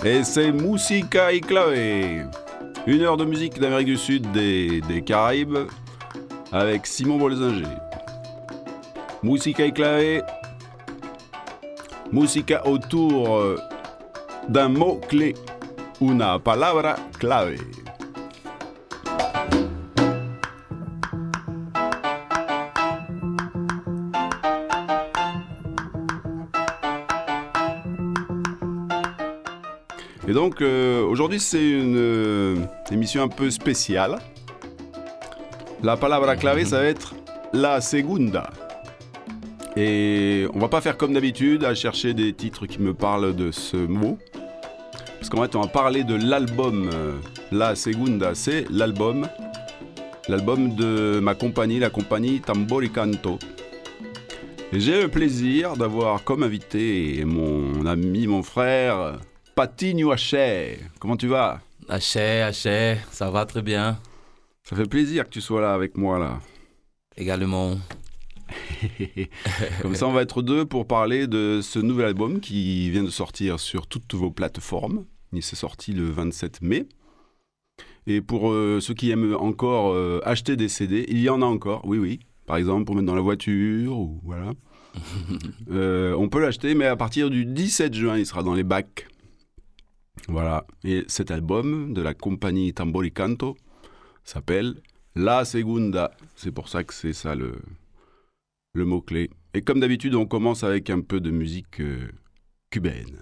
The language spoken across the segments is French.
Et c'est Musica y Clave. Une heure de musique d'Amérique du Sud des Caraïbes avec Simon Bolzinger. Musica y Clave. Musica autour d'un mot clé. Una palabra clave. Et donc aujourd'hui c'est une émission un peu spéciale. La palabra clave ça va être la segunda. Et on va pas faire comme d'habitude à chercher des titres qui me parlent de ce mot. Parce qu'en fait on va parler de l'album La Segunda, c'est l'album de ma compagnie, la compagnie Tambor y Canto. Et j'ai le plaisir d'avoir comme invité mon ami, mon frère Patinho Axé. Comment tu vas? Axé, ça va très bien. Ça fait plaisir que tu sois là avec moi là. Également. Comme ça on va être deux pour parler de ce nouvel album qui vient de sortir sur toutes vos plateformes. Il s'est sorti le 27 mai. Et pour ceux qui aiment encore acheter des CD, il y en a encore, oui. Par exemple pour mettre dans la voiture ou voilà. On peut l'acheter mais à partir du 17 juin il sera dans les bacs. Voilà, et cet album de la compagnie Tambor y Canto s'appelle La Segunda. C'est pour ça que c'est ça le mot-clé. Et comme d'habitude, on commence avec un peu de musique cubaine.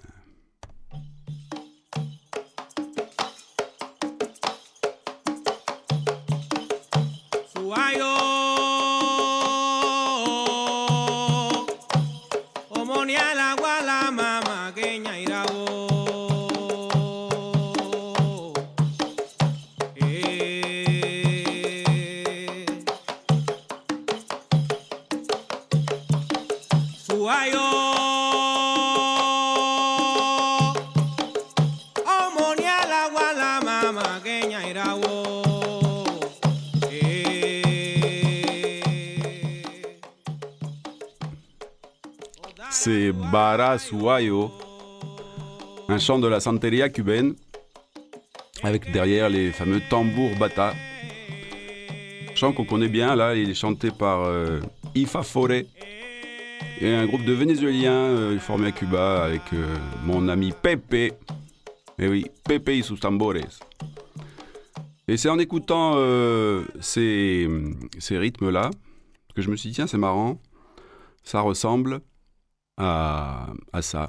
C'est Bara Suayo, un chant de la santeria cubaine, avec derrière les fameux tambours bata. Chant qu'on connaît bien, là, il est chanté par Ifa Fore, et un groupe de Vénézuéliens formé à Cuba avec mon ami Pepe. Et oui, Pepe y sus tambores. Et c'est en écoutant ces rythmes-là que je me suis dit, tiens, c'est marrant, ça ressemble à ça.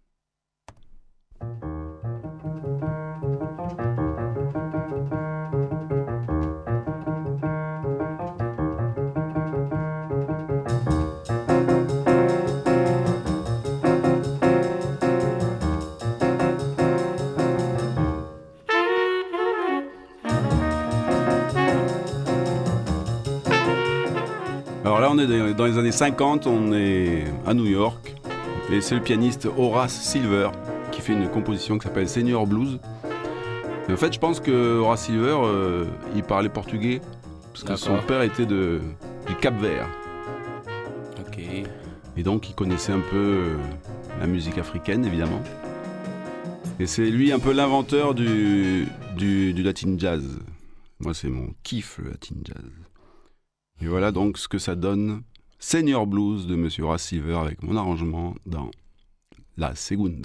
Alors là, on est dans les années 50, on est à New York, et c'est le pianiste Horace Silver qui fait une composition qui s'appelle Senior Blues. Et en fait, je pense que Horace Silver, il parlait portugais, parce que son père était du Cap-Vert. Ok. Et donc, il connaissait un peu la musique africaine, évidemment. Et c'est lui un peu l'inventeur du Latin Jazz. Moi, c'est mon kiff, le Latin Jazz. Et voilà donc ce que ça donne, Senior Blues de Monsieur Horace Silver avec mon arrangement dans La Segunda.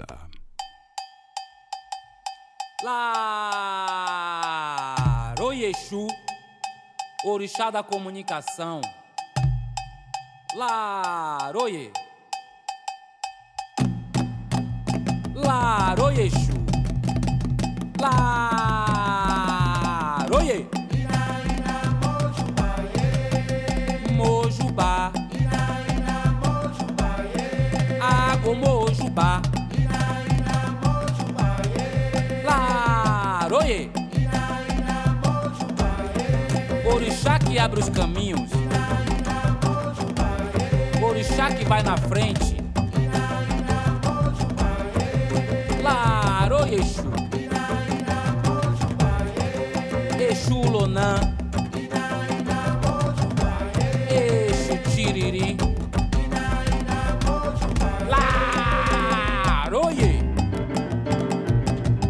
Laro Yexu, orixá da comunicação. Laroye. Laroye Yexu. Laroye. Mojubá, Água Mojubá, Laroye, orixá que abre os caminhos, orixá que vai na frente, Laroye Exu, Exu Lonã, Tiriri, Laroye,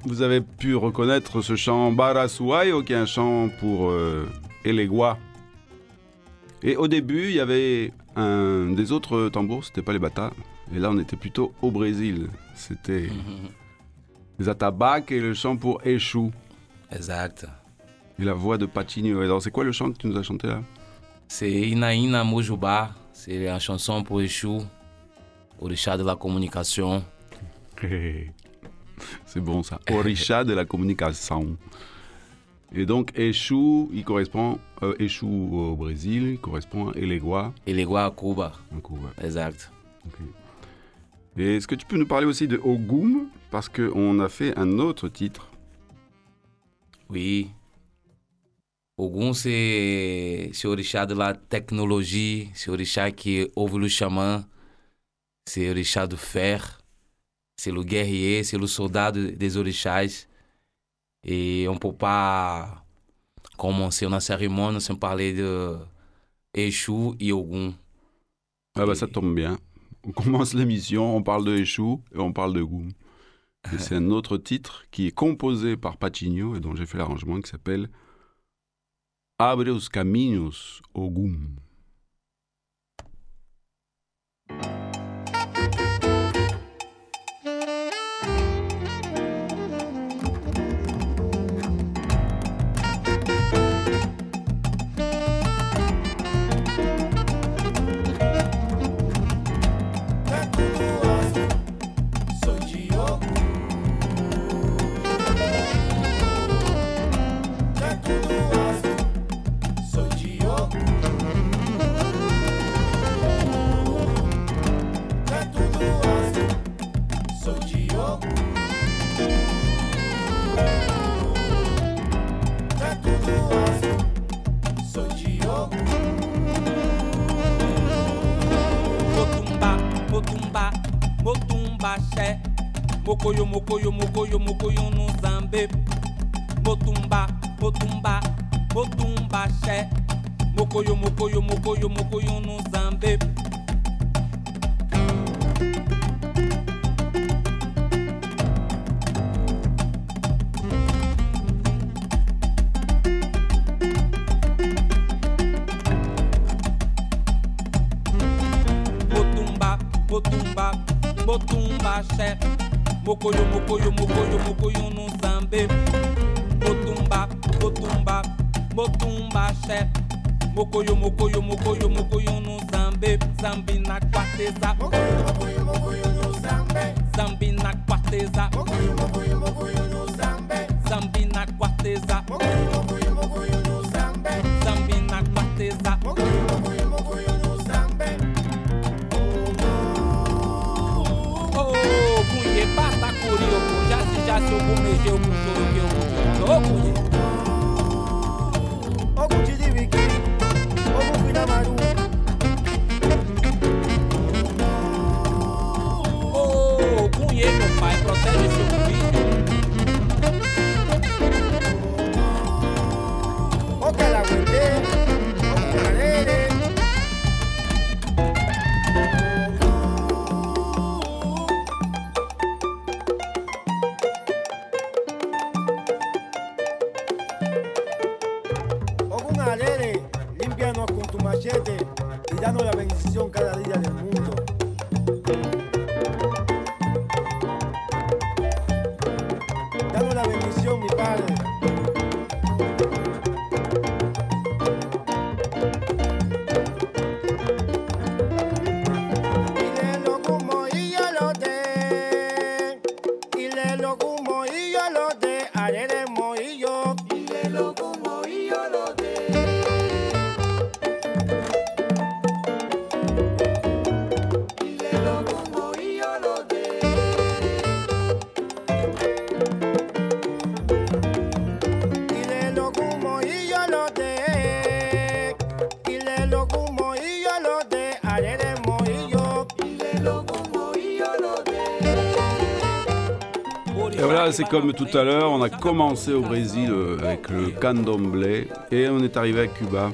vous avez pu reconnaître ce chant Barasuayo, qui est un chant pour Elegua. Et au début, il y avait un des autres tambours, c'était pas les bata. Et là, on était plutôt au Brésil. C'était les atabaques et le chant pour Exu. Exact. Et la voix de Pachinho. Alors, c'est quoi le chant que tu nous as chanté là? C'est Inaina Mojubá. C'est une chanson pour Exu, orixá de la communication. C'est bon ça. Orixá de la communication. Et donc, Exu, il correspond... Exu au Brésil, il correspond à Elegua. Elegua à Cuba. En Cuba. Exact. Okay. Et est-ce que tu peux nous parler aussi de Ogum? Parce qu'on a fait un autre titre. Oui. Ogum, c'est orixá de la technologie, c'est orixá qui ouve le xamã, c'est orixá do fer, c'est le guerrier, c'est le soldado des orixás. Et on ne peut pas commencer une cérémonie sans parler de Exu et Ogum. Ah bah ça tombe bien. On commence l'émission, on parle de Exu et on parle de Ogum. Et c'est un autre titre qui est composé par Pachinho et dont j'ai fait l'arrangement qui s'appelle Abre os caminhos, Ogum. Mokoyo, mokoyo, mokoyo, mokoyo no Zambe. Motumba, motumba, motumba, xe. Mokoyo, mokoyo, mokoyo, mokoyo no Zambe. Motumba, motumba, motumba, xe. Mokoyo, mokoyo, mokoyo, mokoyo no Zambe. Motumba, motumba, motumba, xe. Mokoyo, mokoyo, mokoyo, mokoyo no Zambe. Zambi na quarteza. Mokoyo, mokoyo, mokoyo no Zambe. Zambi na quarteza. Mokoyo, mokoyo, mokoyo no Zambe. Zambi na quarteza. Mokoyo, mokoyo, mokoyo no Zambe. Zambi na quarteza. Mokoyo, mokoyo, mokoyo no Zambe. Ogunye bata kori ogun jasi ogun meje ogun toro ke ogun Ogun jidibiki, ogun finamaru. Ogunye meu pai protege seu filho. Okalawende, okunalere. Okunalere, límpianos con tu machete y danos la bendición cada día del mundo. Danos la bendición, mi Padre. Ilelo kumo iyolote, ilelo kumo iyolote, arere mo iyo. Ilelo kumo iyolote. Ilelo kumo iyolote. Ilelo kumo iyolote, ilelo kumo iyolote, arere mo iyo. Ilelo kumo iyolote. Et voilà, c'est comme tout à l'heure, on a commencé au Brésil avec le candomblé et on est arrivé à Cuba.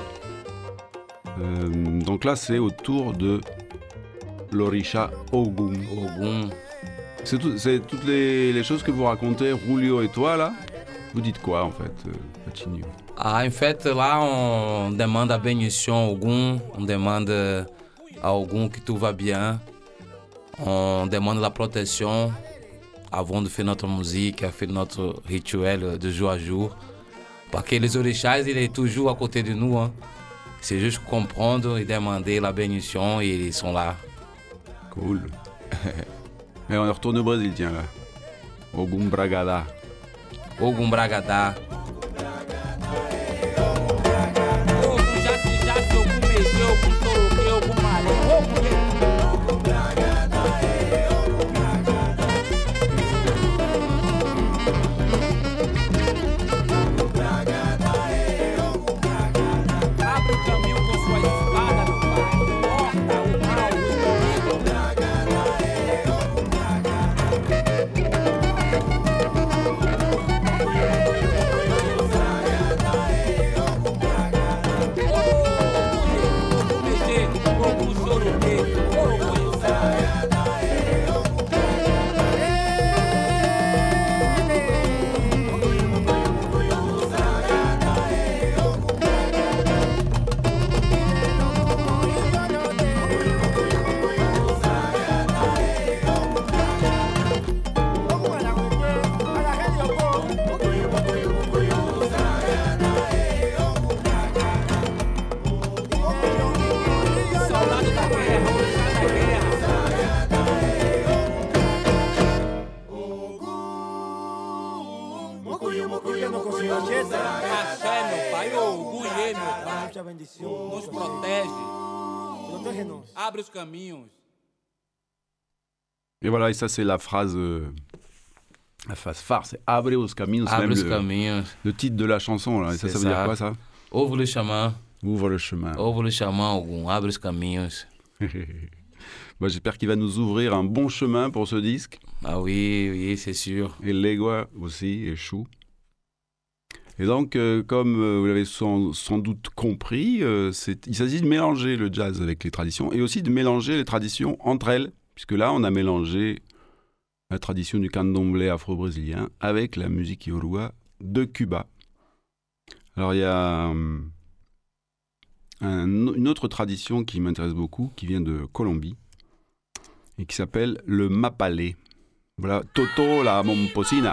Donc là, c'est au tour de l'Orisha Ogum. Ogum. C'est toutes les choses que vous racontez, Rulio et toi, là. Vous dites quoi, en fait, Patinho? En fait, là, on demande la bénédiction à Ogum, on demande à Ogum que tout va bien, on demande la protection avant de faire notre musique, de faire notre rituel de jour à jour. Parce que les orixás, il est toujours à côté de nous. Hein. C'est juste comprendre et demander la bénédiction et ils sont là. Cool. Et on retourne au Brésil, tiens, là. Ogum Bragada. Ogum Bragada. Nos protege. Abre os caminhos. Et voilà, et ça c'est la phrase phare, c'est Abre os caminhos. Abre os caminhos. Le titre de la chanson, là. Et ça veut dire quoi, ça? Ouvre le chemin. Ouvre le chemin. Ouvre le chemin, Ogum. Abre os caminhos. Bon, j'espère qu'il va nous ouvrir un bon chemin pour ce disque. Ah oui, c'est sûr. Et Legua aussi, et Chou. Et donc, comme vous l'avez sans doute compris, il s'agit de mélanger le jazz avec les traditions et aussi de mélanger les traditions entre elles, puisque là, on a mélangé la tradition du candomblé afro-brésilien avec la musique yoruba de Cuba. Alors, il y a une autre tradition qui m'intéresse beaucoup, qui vient de Colombie, et qui s'appelle le mapalé. Voilà, Toto la Momposina.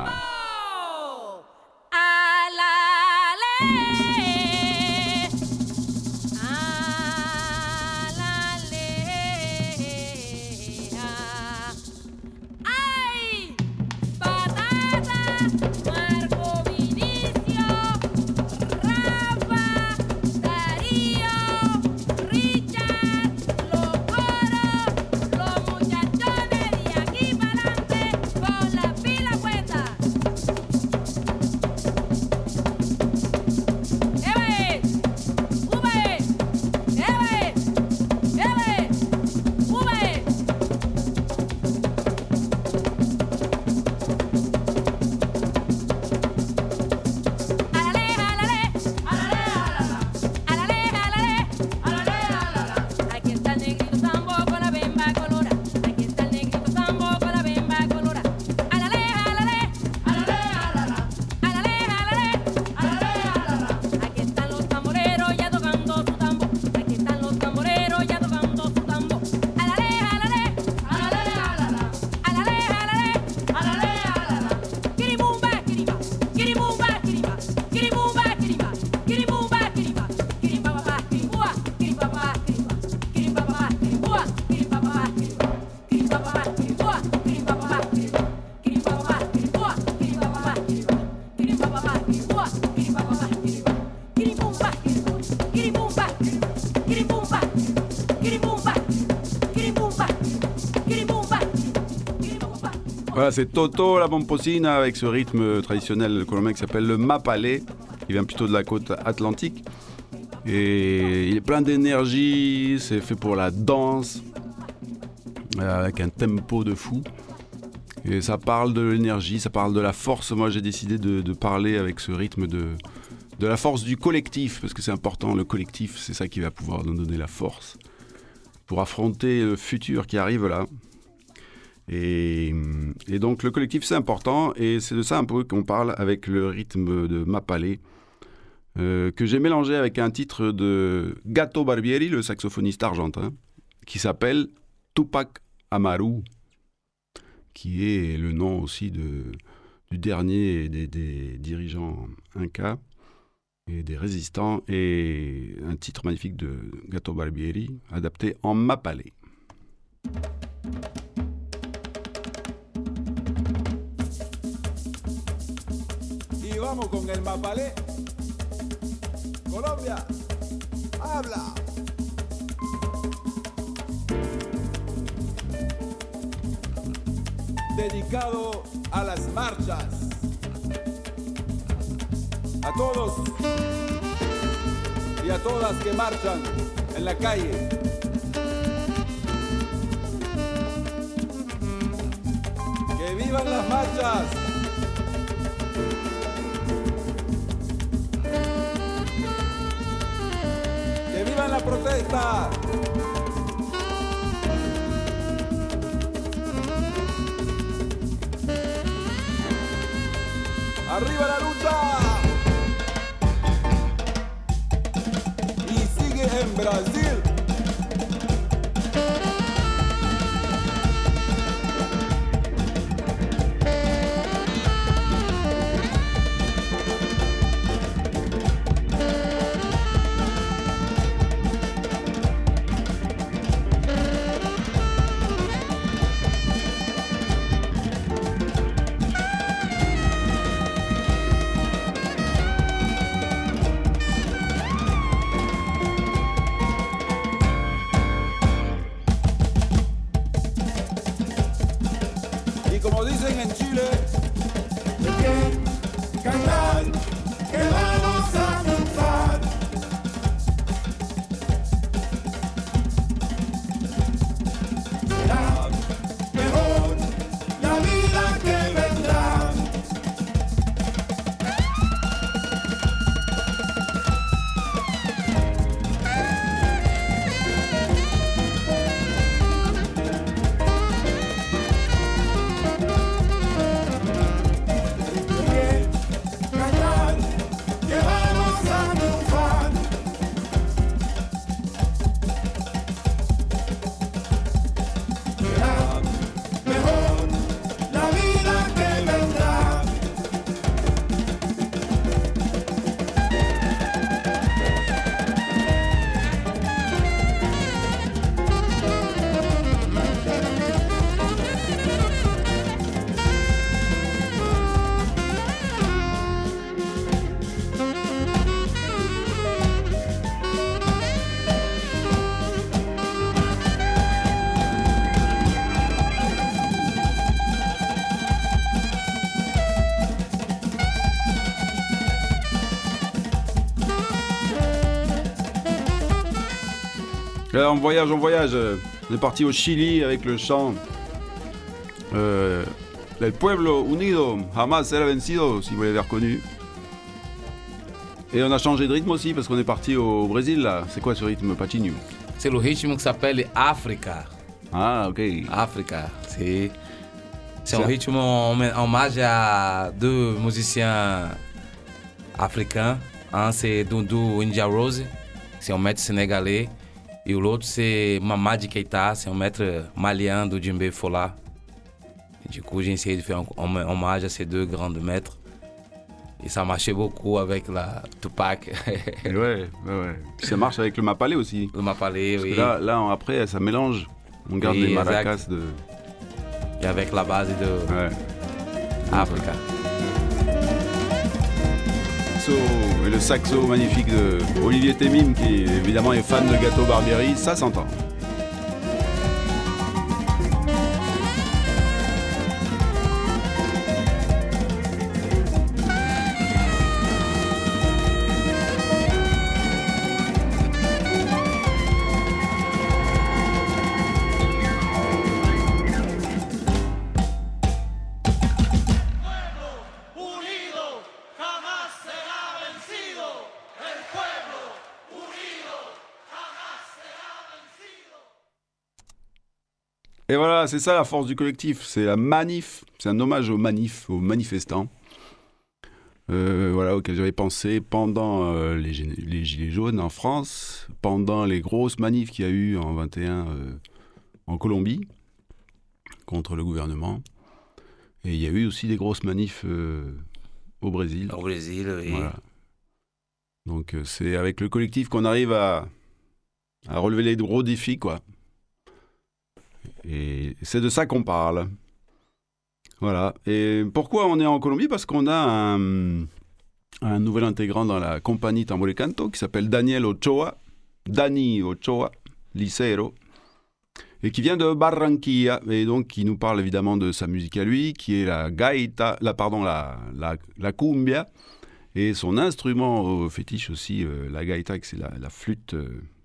Voilà, c'est Toto la Momposina avec ce rythme traditionnel colombien qui s'appelle le mapalé. Il vient plutôt de la côte atlantique. Et il est plein d'énergie, c'est fait pour la danse, avec un tempo de fou. Et ça parle de l'énergie, ça parle de la force. Moi, j'ai décidé de parler avec ce rythme de la force du collectif, parce que c'est important, le collectif, c'est ça qui va pouvoir nous donner la force pour affronter le futur qui arrive là. Et donc le collectif c'est important et c'est de ça un peu qu'on parle avec le rythme de Mapalé que j'ai mélangé avec un titre de Gato Barbieri, le saxophoniste argentin, qui s'appelle Tupac Amaru, qui est le nom aussi du dernier des dirigeants Inca et des résistants, et un titre magnifique de Gato Barbieri adapté en Mapalé. Y vamos con el Mapalé. Colombia, habla. Dedicado a las marchas. A todos y a todas que marchan en la calle. ¡Que vivan las marchas! ¡Que vivan la protesta! ¡Arriba la lucha! Y sigue en Brasil. Como dicen en Chile, ¿De qué cantar? Que vamos a triunfar. Será mejor la vida que vendrá. Alors, on voyage. On est parti au Chili avec le chant El Pueblo Unido Jamás Será Vencido, si vous l'avez reconnu. Et on a changé de rythme aussi parce qu'on est parti au Brésil là. C'est quoi ce rythme, Patinho? C'est le rythme qui s'appelle Africa. Ah, ok. Africa, c'est un rythme en hommage à deux musiciens africains. Un c'est Doudou India Rose, c'est un maître sénégalais. Et l'autre, c'est Mamadi Keita, c'est un maître malien do djembé fola. Et du coup, j'ai essayé de faire un hommage à ces deux grands maîtres. Et ça marchait beaucoup avec la Tupac. Ouais. Puis ça marche avec le Mapalé aussi. Le Mapalé, oui. Là, après, ça mélange. On garde les maracas de... Et avec la base de Africa. Et le saxo magnifique de Olivier Temim, qui évidemment est fan de Gato Barbieri, ça s'entend. El pueblo unido jamás será vencido. Et voilà, c'est ça la force du collectif, c'est la manif, c'est un hommage aux manifs, aux manifestants, voilà, auxquels j'avais pensé pendant les Gilets jaunes en France, pendant les grosses manifs qu'il y a eu en 21 en Colombie, contre le gouvernement. Et il y a eu aussi des grosses manifs au Brésil. Au Brésil, oui. Voilà. Donc c'est avec le collectif qu'on arrive à relever les gros défis, quoi. Et c'est de ça qu'on parle. Voilà. Et pourquoi on est en Colombie? Parce qu'on a un nouvel intégrant dans la compagnie Tambor y Canto qui s'appelle Dani Ochoa, Licero, et qui vient de Barranquilla, et donc qui nous parle évidemment de sa musique à lui, qui est la gaita, la cumbia, et son instrument fétiche aussi, la gaita, c'est la flûte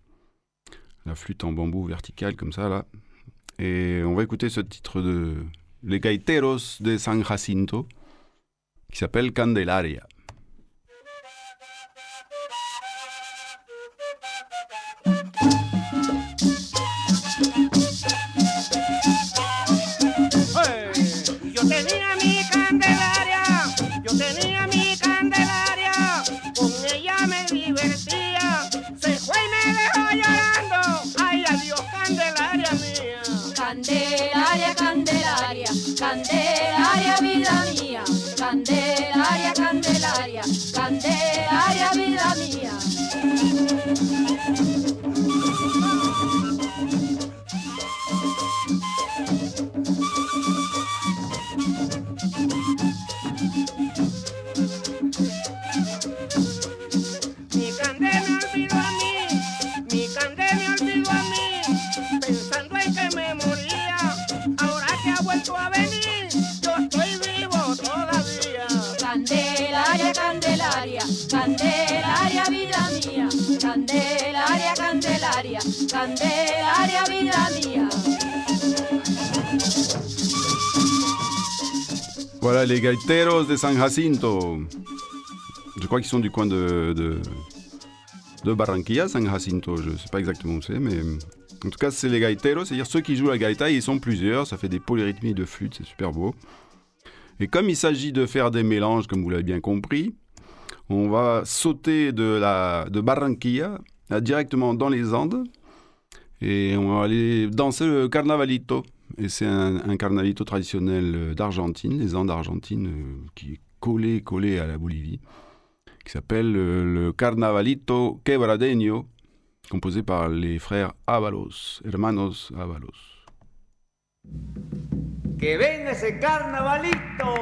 en bambou verticale comme ça là. Et on va écouter ce titre de Les Gaiteros de San Jacinto, qui s'appelle Candelaria. Yo tenía mi Candelaria, con ella me divertía, se fue y me dejó llorando, ay adiós Candelaria mía. Candelaria, Candelaria, Candelaria, vida mía. Candelaria, Candelaria, Candelaria, vida mía. Mi Candé me olvidó a mí, mi Candé me olvidó a mí, pensando en que me moría, ahora que ha vuelto a venir, yo estoy vivo todavía. Candelaria, Candelaria, Candelaria, vida mía. Candelaria, Candelaria, Candelaria, vida mía. Voilà les Gaiteros de San Jacinto. Je crois qu'ils sont du coin de Barranquilla, San Jacinto. Je ne sais pas exactement où c'est, mais en tout cas, c'est les Gaiteros, c'est-à-dire ceux qui jouent la gaita. Ils sont plusieurs, ça fait des polyrythmies de flûte, c'est super beau. Et comme il s'agit de faire des mélanges, comme vous l'avez bien compris, on va sauter de Barranquilla directement dans les Andes et on va aller danser le carnavalito. Et c'est un carnavalito traditionnel d'Argentine, les Andes argentines, qui est collé à la Bolivie, qui s'appelle le Carnavalito Quebradeño, composé par les frères Ábalos, hermanos Ábalos. Que venga ese carnavalito.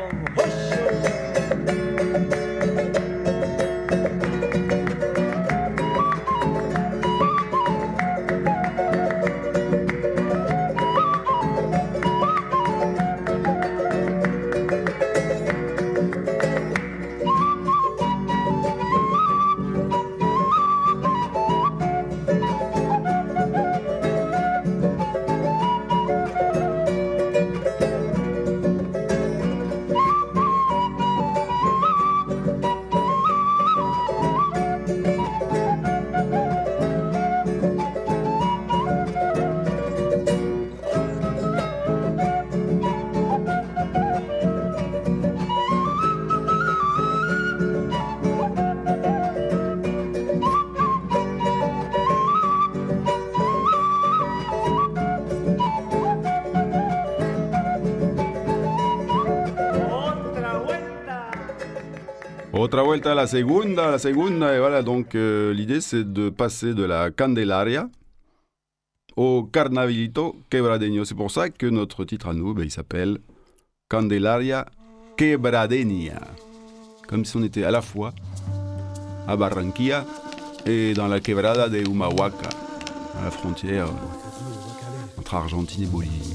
Otra vuelta, la segunda, et voilà, donc l'idée c'est de passer de la Candelaria au Carnavalito Quebradeño. C'est pour ça que notre titre à nous, il s'appelle Candelaria Quebradeña. Comme si on était à la fois à Barranquilla et dans la quebrada de Humahuaca, à la frontière entre Argentine et Bolivie.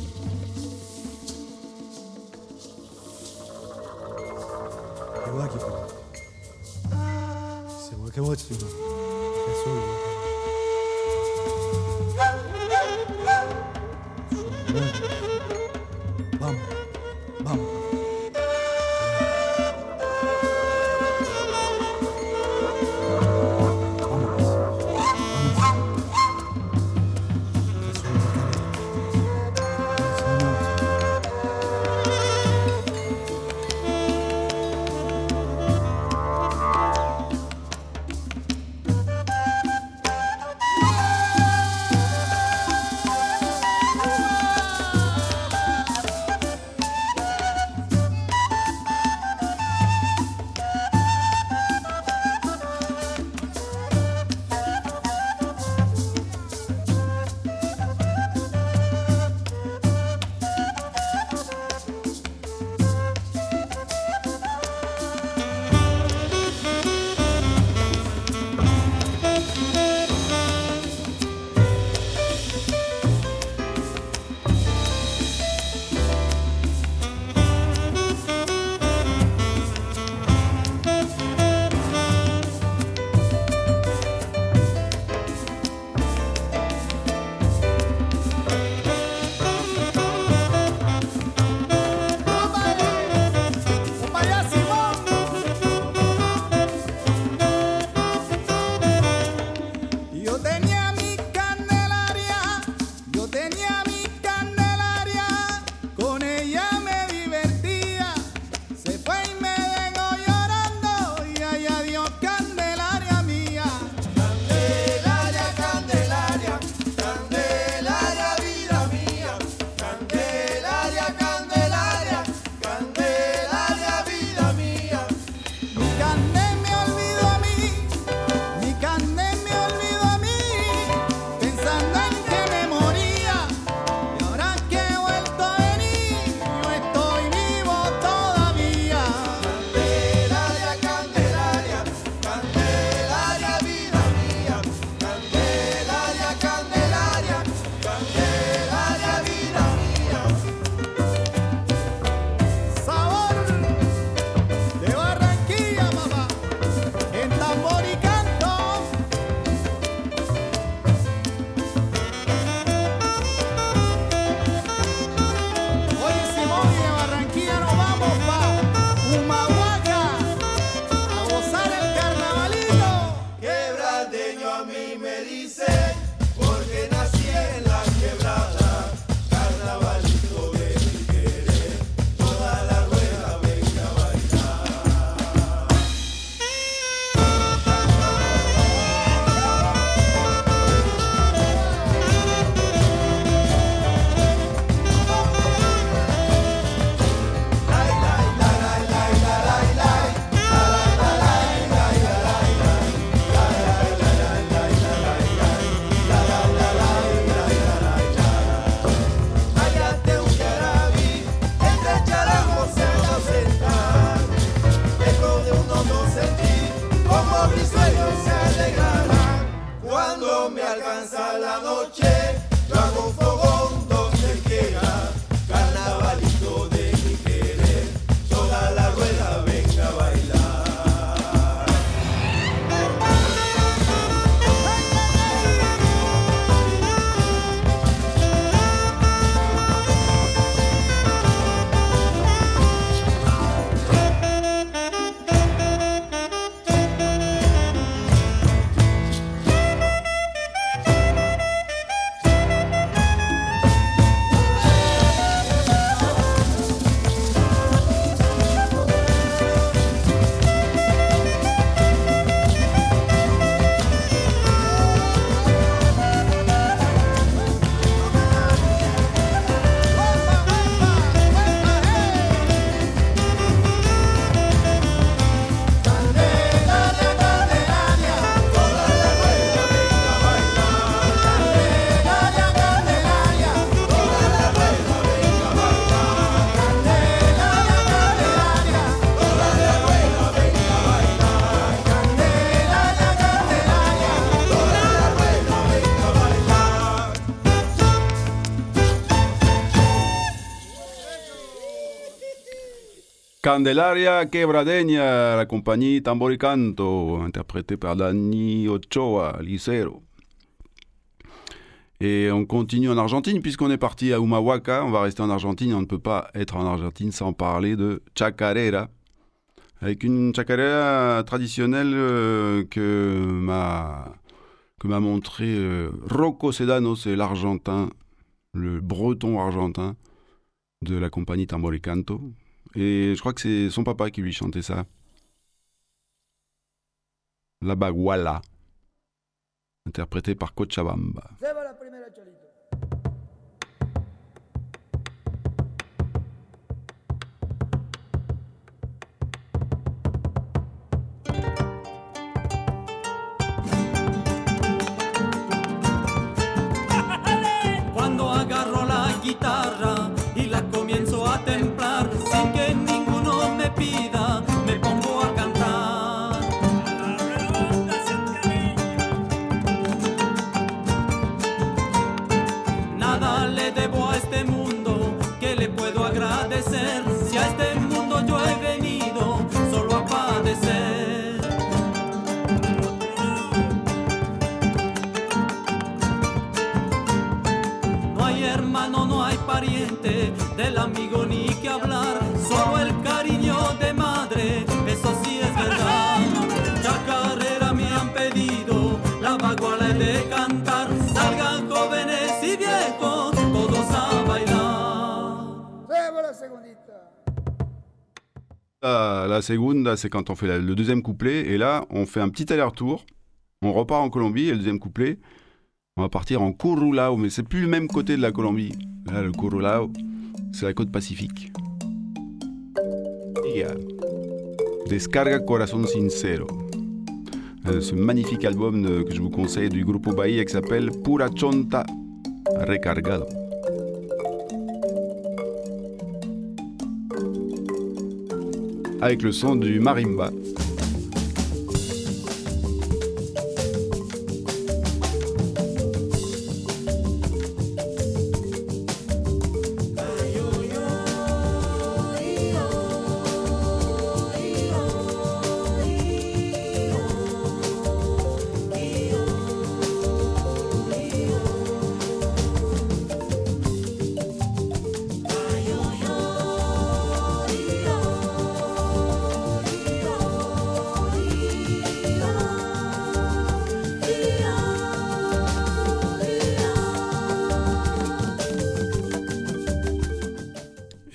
quebradeño a mí me dicen, porque nací en la quebrada, carnavalito de mi querer, toda la rueda venga a bailar. Cállate un yarabí, entre charangos se va a sentar, dentro de uno no sentí, como risueños se alegrarán. Cuando me alcanza la noche, yo hago un fogón donde quiera, carnavalito de mi querer, toda la rueda venga a bailar. Candelaria Quebradeña, la compagnie Tamboricanto, interprétée par Dani Ochoa, Licero. Et on continue en Argentine, puisqu'on est parti à Humahuaca, on va rester en Argentine, on ne peut pas être en Argentine sans parler de chacarera, avec une chacarera traditionnelle que m'a montré Rocco Sedano, c'est l'Argentin, le breton argentin de la compagnie Tamboricanto. Et je crois que c'est son papa qui lui chantait ça. La Baguala, interprété par Cochabamba. Se va la primera, Cholito. Cuando agarro la guitarra y la comienzo a templar, sin que ninguno me pida, me pongo a cantar. Nada le debo a este mundo, que le puedo agradecer, si a este mundo yo he venido solo a padecer. No hay hermano, no hay pariente, del amigo ni que hablar, solo el cariño de madre, eso sí es verdad. Chacarera me han pedido, la baguala he de cantar, salgan jóvenes y viejos, todos a bailar. Se va la segundita. La segunda, c'est quand on fait le deuxième couplet, et là, on fait un petit aller-retour, on repart en Colombie, et le deuxième couplet, on va partir en Curulao, mais c'est plus le même côté de la Colombie. Là, le Curulao, c'est la côte pacifique. Et, Descarga Corazón Sincero. Ce magnifique album que je vous conseille du Grupo Bahía qui s'appelle Pura Chonta Recargado. Avec le son du marimba.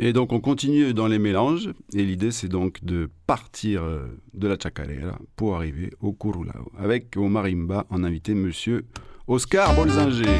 Et donc on continue dans les mélanges, et l'idée c'est donc de partir de la chacarera pour arriver au curulao, avec au marimba en invité monsieur Oscar Bolzinger.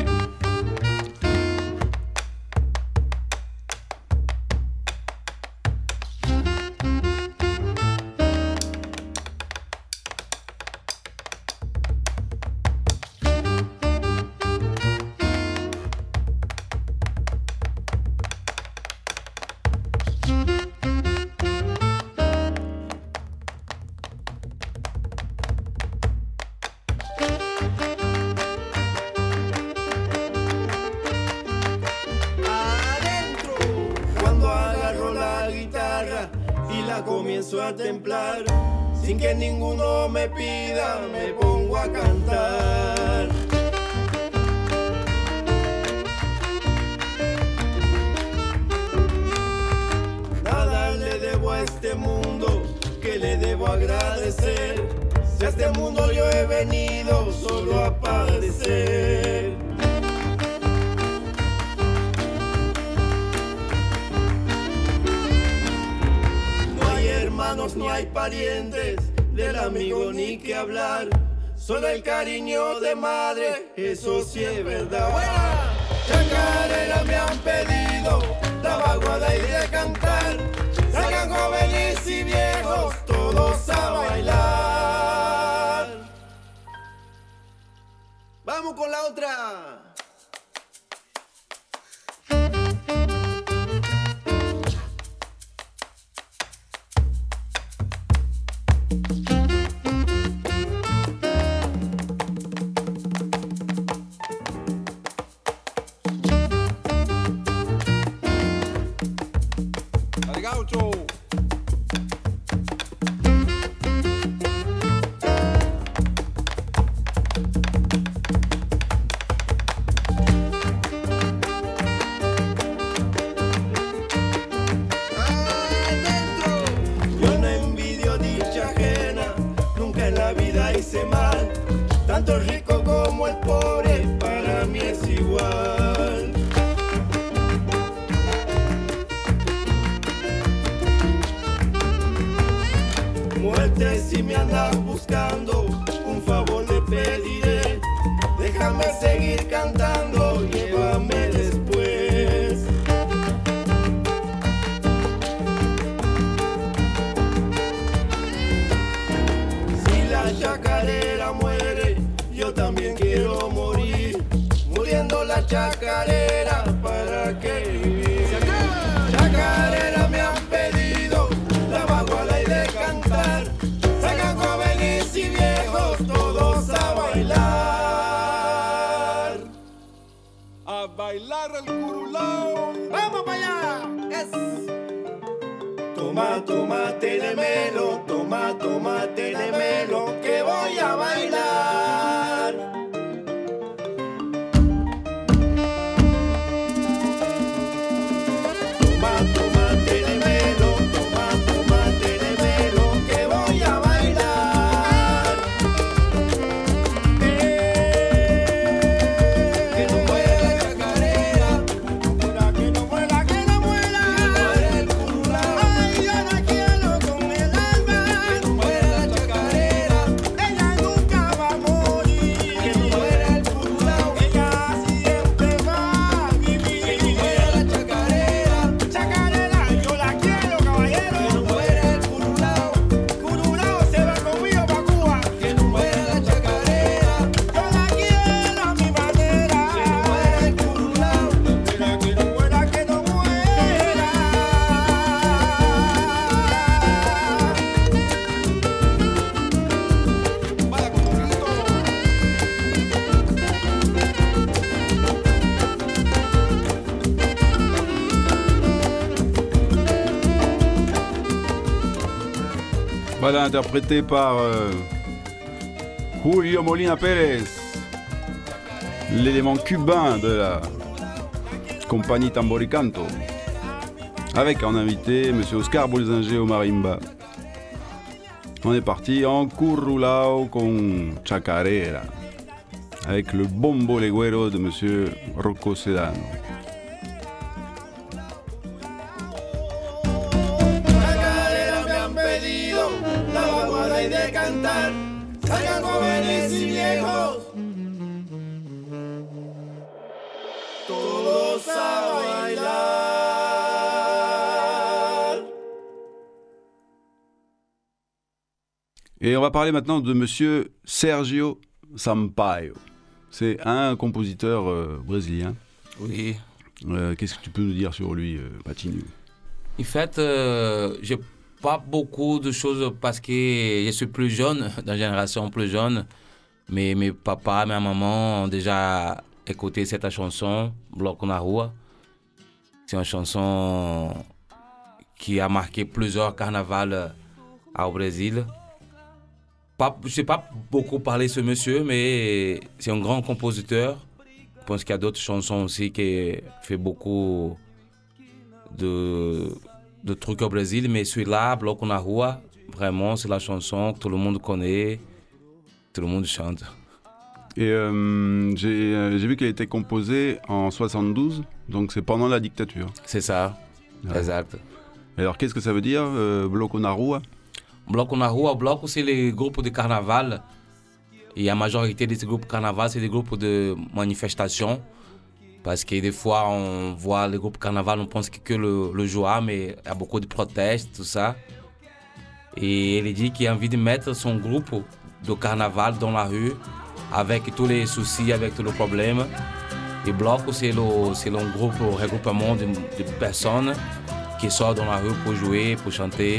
Comienzo a templar, sin que ninguno me pida, me pongo a cantar. Nada le debo a este mundo, que le debo agradecer. Si a este mundo yo he venido solo a padecer. Ni hay parientes, del amigo ni que hablar, solo el cariño de madre, eso sí es verdad. Chacarera me han pedido, la vaguada y de cantar, salgan jóvenes y viejos, todos a bailar. Vamos con la otra. Tanto el rico como el pobre, para mí es igual. Muerte si me andas buscando, un favor le pediré. Déjame seguir cantando, llévame después. Si la chacarera muere, yo también quiero morir, muriendo la chacarera, ¿para qué vivir? Chacarera me han pedido, la vaguada y de cantar, salgan jóvenes y viejos, todos a bailar. A bailar el curulao. ¡Vamos para allá! Toma, tomate de melo, toma, tomate de melo, que voy a bailar. Toma, tomate de melo, toma, tomate de melo, que voy a bailar. Que no muera la chacarera, que no muera, que no muera, que no muera el curulao. Ay, yo la quiero con el alma. Que no muera la chacarera, ella nunca va a morir. Que no muera el curulao, ella siempre va a vivir. Que no muera la chacarera, chacarera, yo la quiero, caballero. Que no muera el curulao, curulao se va conmigo pa' Cuba. Que no muera la chacarera, yo la quiero a mi manera. Que no muera el curulao, mira que no muera, que no muera. Vaya con poquito. Voilà, interprété par Julio Molina Pérez, l'élément cubain de la compagnie Tamboricanto, avec en invité monsieur Oscar Bolzinger au marimba. On est parti en curulao con chacarera, avec le bombo legüero de monsieur Rocco Sedano. Et on va parler maintenant de monsieur Sergio Sampaio. C'est un compositeur brésilien. Oui. Qu'est-ce que tu peux nous dire sur lui, Patinho? En fait, je n'ai pas beaucoup de choses parce que je suis plus jeune, dans la génération plus jeune. Mais mes papas, ma maman ont déjà écouté cette chanson, Bloco na Rua. C'est une chanson qui a marqué plusieurs carnavals au Brésil. Je ne sais pas beaucoup parler de ce monsieur, mais c'est un grand compositeur. Je pense qu'il y a d'autres chansons aussi qui fait beaucoup de trucs au Brésil. Mais celui-là, Bloco na Rua, vraiment, c'est la chanson que tout le monde connaît, tout le monde chante. Et j'ai vu qu'elle a été composée en 72, donc c'est pendant la dictature. C'est ça, exact. Alors qu'est-ce que ça veut dire, Bloco na Rua? Bloco na Rua, Bloco c'est les groupes de carnaval. Et la majorité de ces groupes de carnaval, c'est des groupes de manifestation. Parce que des fois, on voit les groupes de carnaval, on pense que le joie, mais il y a beaucoup de protestes, tout ça. Et il dit qu'il a envie de mettre son groupe de carnaval dans la rue, avec tous les soucis, avec tous les problèmes. Et Bloco, c'est le groupe, le regroupement de personnes qui sortent dans la rue pour jouer, pour chanter.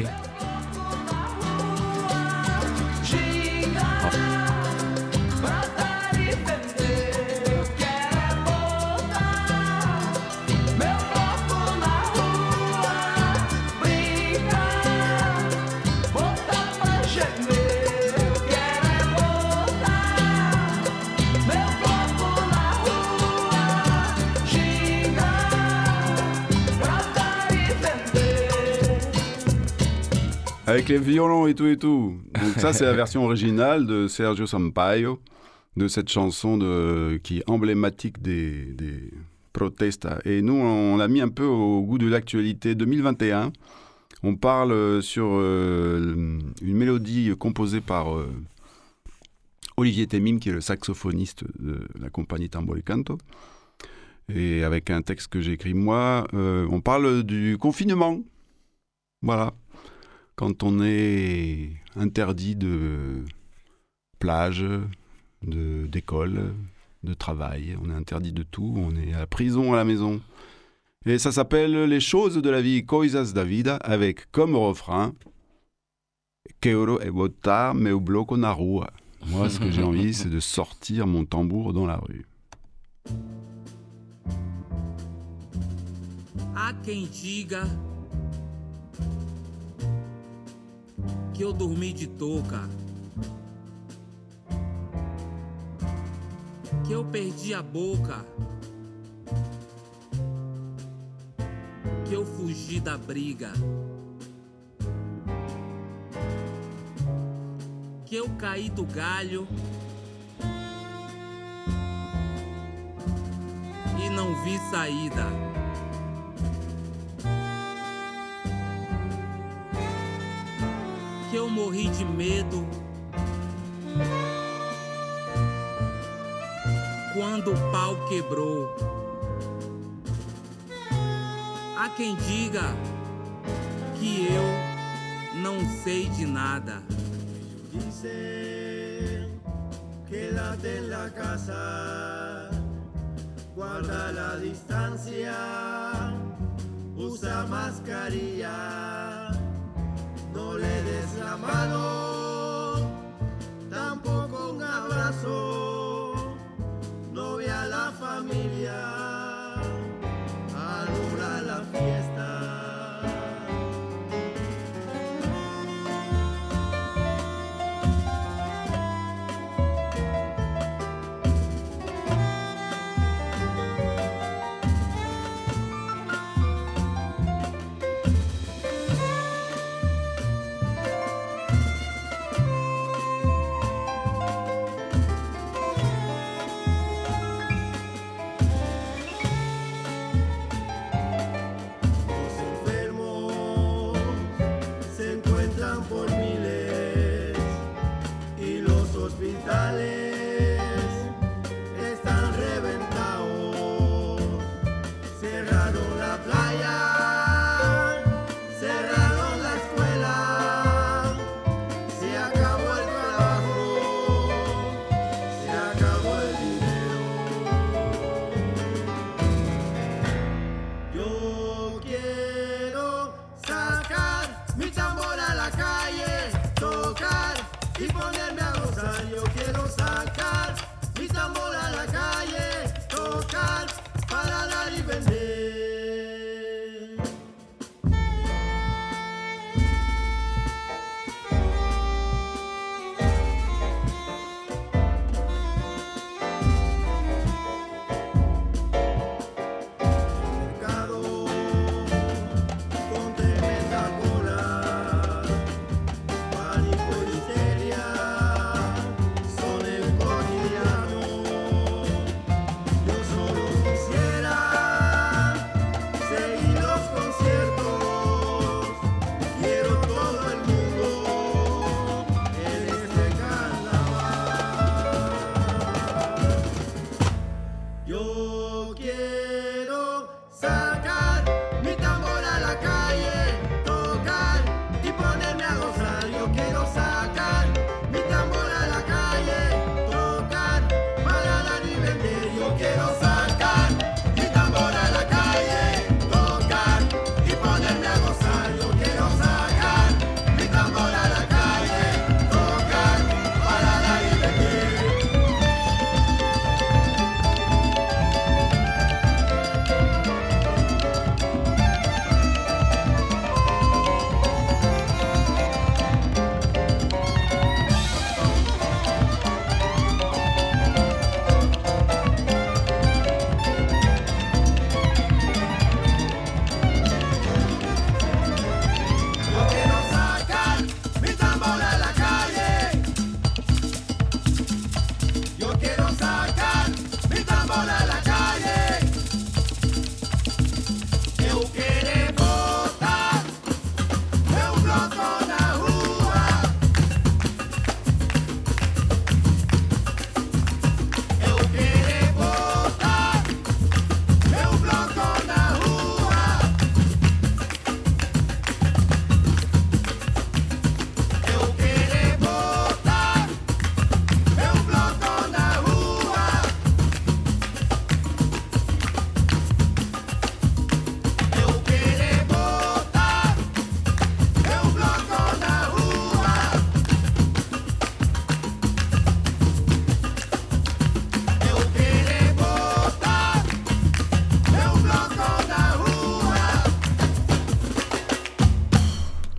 Avec les violons et tout. Donc ça, c'est la version originale de Sergio Sampaio, de cette chanson qui est emblématique des protestas. Et nous, on l'a mis un peu au goût de l'actualité 2021. On parle sur une mélodie composée par Olivier Temim, qui est le saxophoniste de la compagnie Tambor y Canto. Et avec un texte que j'ai écrit moi, on parle du confinement. Voilà. Quand on est interdit de plage, d'école, de travail, on est interdit de tout, on est à la prison à la maison. Et ça s'appelle Les choses de la vie, Coisas da Vida, avec comme refrain Quero é botar meu bloco na rua. Moi, ce que j'ai envie, c'est de sortir mon tambour dans la rue. Há quem diga que eu dormi de touca, que eu perdi a boca, que eu fugi da briga, que eu caí do galho e não vi saída. Que eu morri de medo quando o pau quebrou. Há quem diga que eu não sei de nada. Dice, quédate en la casa, guarda la distancia, usa mascarilla. No le des la mano, tampoco un abrazo, no ve a la familia, anula la fiesta.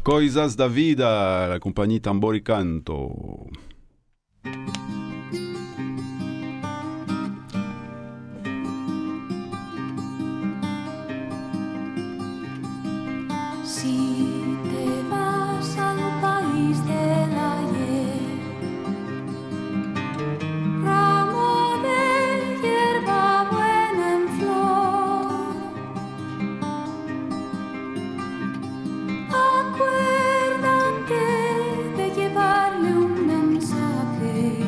Coisas da Vida, la compagnie Tambor y Canto. Si te vas al país del ayer, ramo de hierba buena en flor, acuérdate de llevarle un mensaje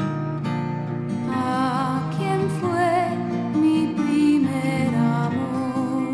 a quien fue mi primer amor.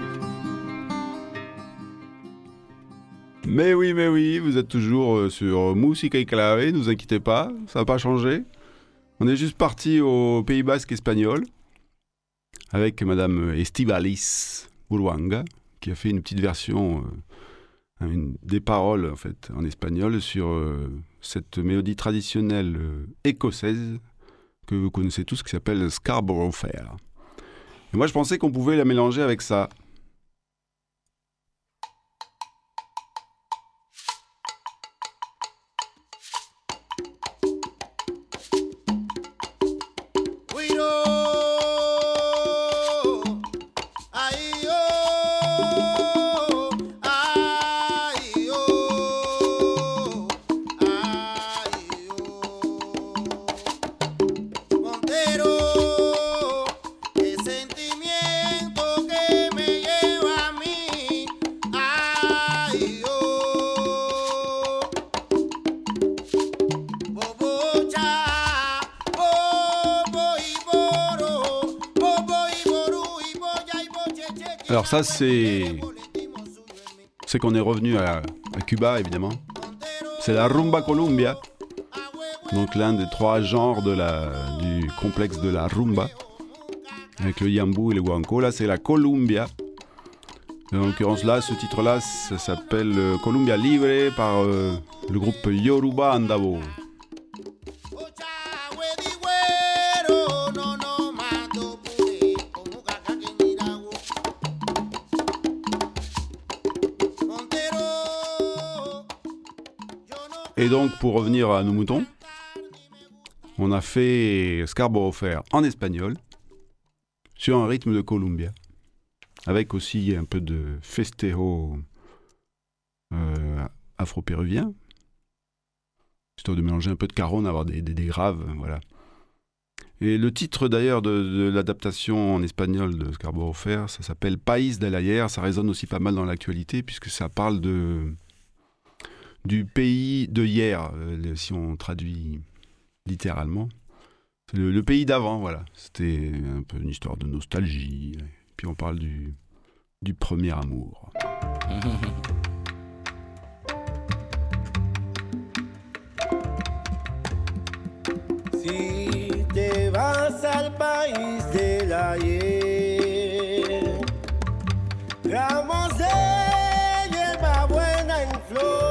Mais oui, vous êtes toujours sur Música y Clave, ne vous inquiétez pas, ça n'a pas changé. On est juste parti au Pays Basque espagnol avec Madame Estíbaliz Uruanga qui a fait une petite version des paroles en fait en espagnol sur cette mélodie traditionnelle écossaise que vous connaissez tous qui s'appelle Scarborough Fair. Et moi je pensais qu'on pouvait la mélanger avec ça. Alors ça c'est qu'on est revenu à Cuba évidemment. C'est la rumba columbia, donc l'un des 3 genres du complexe de la rumba, avec le yambú et le guanco. Là c'est la columbia. En l'occurrence là, ce titre-là, ça s'appelle Columbia Libre par le groupe Yoruba Andabo. Et donc, pour revenir à nos moutons, on a fait Scarborough Fair en espagnol, sur un rythme de Columbia, avec aussi un peu de festejo afro-péruvien, histoire de mélanger un peu de cajon, avoir des graves, voilà. Et le titre d'ailleurs de l'adaptation en espagnol de Scarborough Fair, ça s'appelle País del Ayer, ça résonne aussi pas mal dans l'actualité, puisque ça parle du pays de hier, si on traduit littéralement. C'est le pays d'avant, voilà. C'était un peu une histoire de nostalgie. Puis on parle du premier amour. Si te vas al país del ayer, ramos de hierba buena en flor.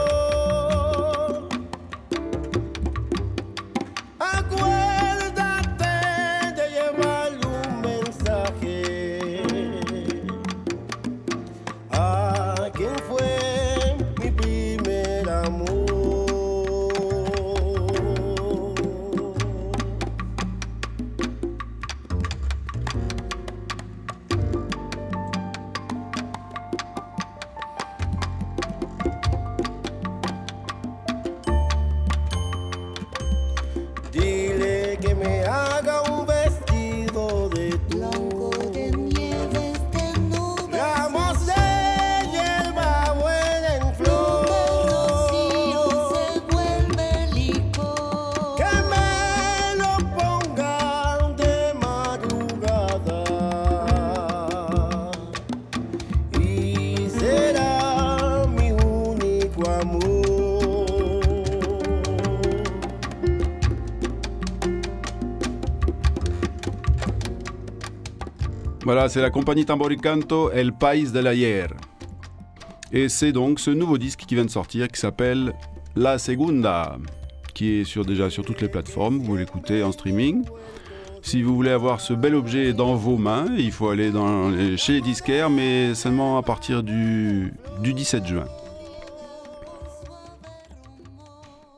Voilà, c'est la compagnie Tambor y Canto, El País del Ayer. Et c'est donc ce nouveau disque qui vient de sortir, qui s'appelle La Segunda, qui est déjà sur toutes les plateformes, vous l'écoutez en streaming. Si vous voulez avoir ce bel objet dans vos mains, il faut aller chez les disquaires, mais seulement à partir du 17 juin.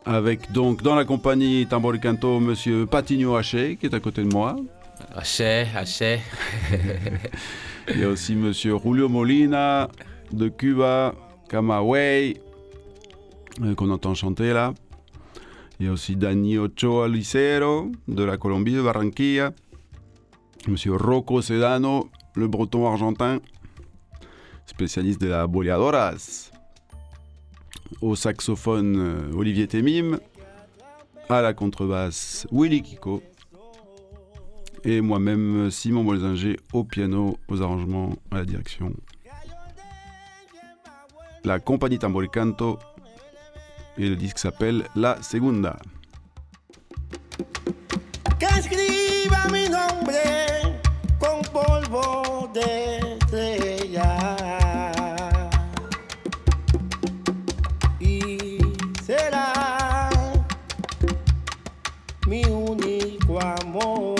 avec donc dans la compagnie Tambor Canto, monsieur Patinho Haché, qui est à côté de moi. Haché. Il y a aussi monsieur Julio Molina de Cuba, Camagüey, qu'on entend chanter là. Il y a aussi Dani Ochoa Licero de la Colombie, de Barranquilla. Monsieur Rocco Sedano, le breton argentin, spécialiste de la boleadoras. Au saxophone, Olivier Temim. À la contrebasse, Willy Kiko. Et moi-même, Simon Bolzinger, au piano, aux arrangements, à la direction. La compagnie Tambor y Canto. Et le disque s'appelle La Segunda. Que escriba mi nombre con polvo de estrella y será mi único amor.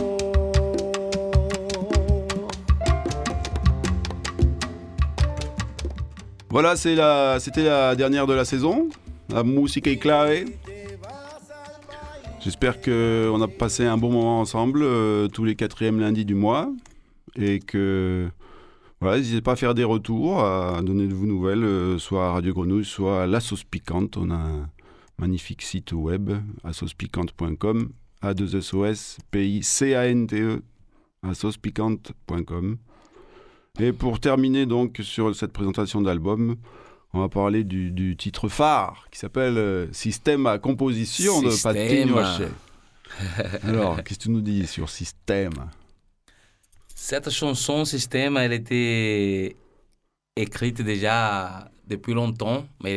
Voilà, c'était la dernière de la saison. La musique est clave. J'espère qu'on a passé un bon moment ensemble tous les 4e lundis du mois et que voilà, n'hésitez pas à faire des retours, à donner de vos nouvelles, soit à Radio Grenouille, soit à La Sauce Piquante. On a un magnifique site web, asaucepiquante.com, A2SOSPICANTE, asaucepiquante.com. Et pour terminer donc sur cette présentation d'album, on va parler du titre phare qui s'appelle Sistema Composition de Patinho Haché. Alors, qu'est-ce que tu nous dis sur Système? Cette chanson, Système, elle était écrite déjà depuis longtemps, mais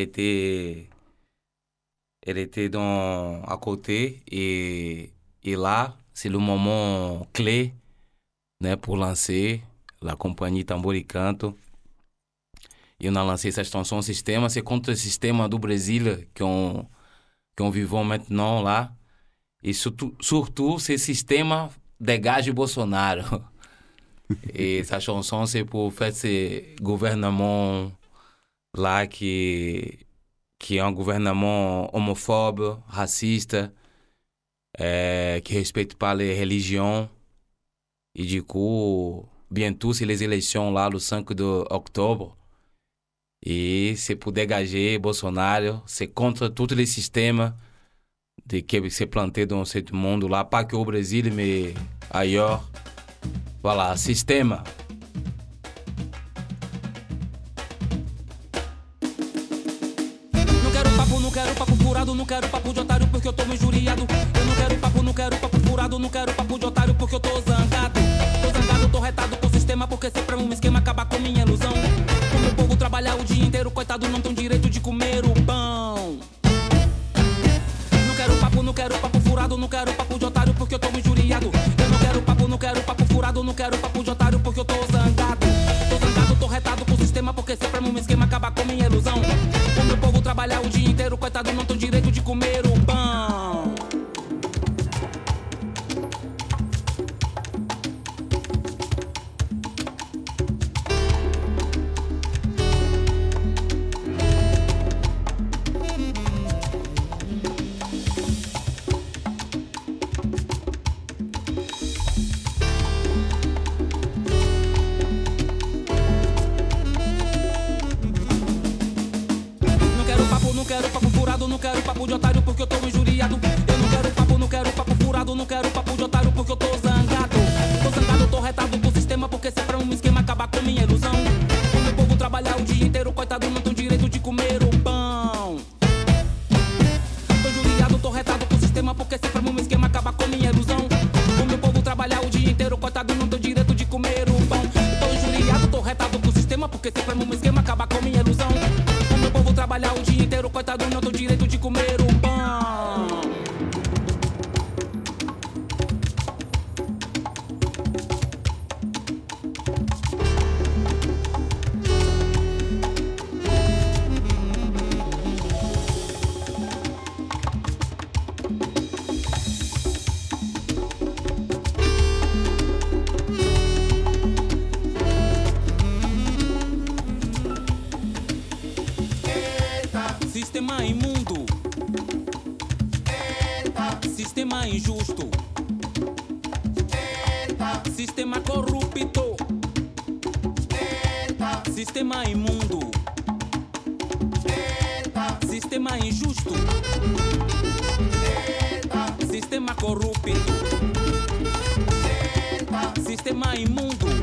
elle était à côté. Et là, c'est le moment clé, né, pour lancer la compagnie Tambor y Canto. E on a lancé cette chanson Système. C'est contre le système du Brésil qu'on vivons maintenant là. Et surtout ce système dégage Bolsonaro. Et sa chanson, c'est pour faire ce gouvernement là qui est un gouvernement homophobe, raciste, qui ne respecte pas les religions. Et du coup, bientôt, c'est les élections là, le 5 octobre. Et c'est pour dégager Bolsonaro, c'est contre tous les systèmes qui s'est planté dans ce monde-là, pas que au Brésil, mais ailleurs. Voilà, système. Não quero papo furado, não quero papo de otário porque eu tô injuriado. Eu não quero papo furado, não quero papo de otário porque eu tô zangado. Tô zangado, tô retado com o sistema porque sempre é um esquema acabar com minha ilusão. O meu povo trabalhar o dia inteiro, coitado, não tem direito de comer o pão. Não quero papo furado, não quero papo de otário porque eu tô injuriado. Eu não quero papo furado, não quero papo de otário porque eu tô zangado. Tô zangado, tô retado com o sistema porque sempre é um esquema acabar com minha ilusão. O meu povo trabalhar o dia inteiro, coitado, não tem direito de comer o pão. Não quero papo de otário porque eu tô injuriado. Eu não quero papo furado, não quero papo de otário porque eu tô zangado. Tô zangado, tô retado com o sistema porque sempre é um esquema acabar com minha ilusão. O meu povo trabalhar o dia inteiro, coitado, não tem direito de comer o pão. Tô injuriado, tô retado com o sistema porque sempre é um esquema acabar com minha ilusão. O meu povo trabalhar o dia inteiro, coitado, não tem direito de comer o pão. Tô injuriado, tô retado com o sistema porque sempre é um esquema acabar com minha ilusão. O meu povo trabalhar o dia inteiro, coitado, não tem direito de comer o pão. Sistema Sistema corrupto, sistema imundo, sistema injusto, sistema corrupto, sistema imundo.